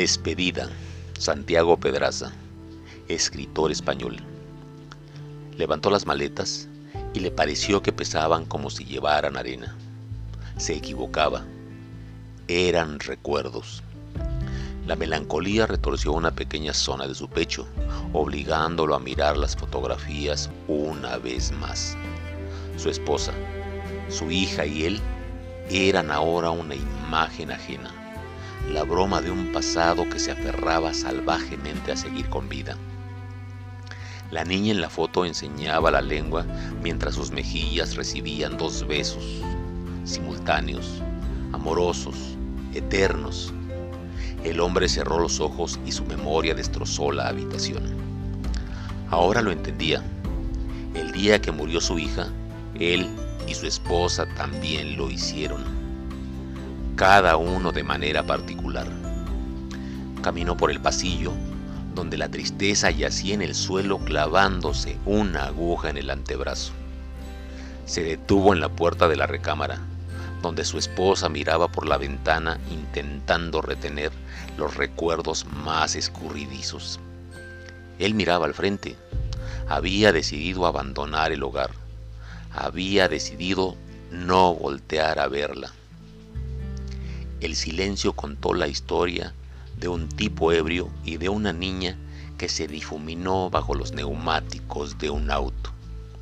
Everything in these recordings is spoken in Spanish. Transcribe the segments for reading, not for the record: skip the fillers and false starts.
Despedida. Santiago Pedraza, escritor español. Levantó las maletas y le pareció que pesaban como si llevaran arena. Se equivocaba. Eran recuerdos. La melancolía retorció una pequeña zona de su pecho, obligándolo a mirar las fotografías una vez más. Su esposa, su hija y él eran ahora una imagen ajena, la broma de un pasado que se aferraba salvajemente a seguir con vida. La niña en la foto enseñaba la lengua mientras sus mejillas recibían 2 besos, simultáneos, amorosos, eternos. El hombre cerró los ojos y su memoria destrozó la habitación. Ahora lo entendía. El día que murió su hija, él y su esposa también lo hicieron, cada uno de manera particular. Caminó por el pasillo, donde la tristeza yacía en el suelo clavándose una aguja en el antebrazo. Se detuvo en la puerta de la recámara, donde su esposa miraba por la ventana intentando retener los recuerdos más escurridizos. Él miraba al frente. Había decidido abandonar el hogar. Había decidido no voltear a verla. El silencio contó la historia de un tipo ebrio y de una niña que se difuminó bajo los neumáticos de un auto.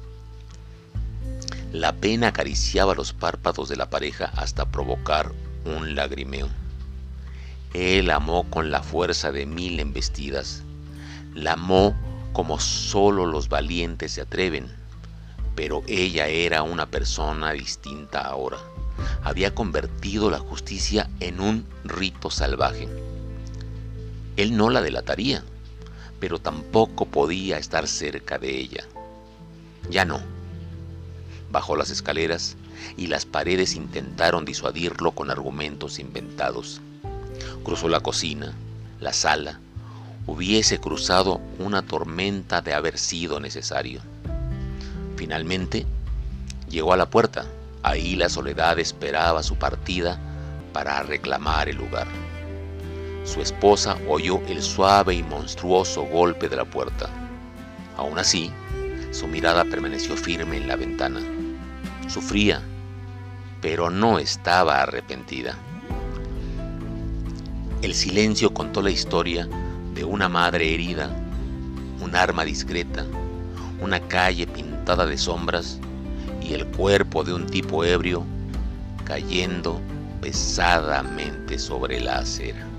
La pena acariciaba los párpados de la pareja hasta provocar un lagrimeo. Él amó con la fuerza de 1000 embestidas. La amó como solo los valientes se atreven. Pero ella era una persona distinta ahora. Había convertido la justicia en un rito salvaje. Él no la delataría, pero tampoco podía estar cerca de ella. Ya no. Bajó las escaleras y las paredes intentaron disuadirlo con argumentos inventados. Cruzó la cocina, la sala. Hubiese cruzado una tormenta de haber sido necesario. Finalmente, llegó a la puerta. Ahí la soledad esperaba su partida para reclamar el lugar. Su esposa oyó el suave y monstruoso golpe de la puerta. Aún así, su mirada permaneció firme en la ventana. Sufría, pero no estaba arrepentida. El silencio contó la historia de una madre herida, un arma discreta, una calle pintada de sombras y el cuerpo de un tipo ebrio cayendo pesadamente sobre la acera.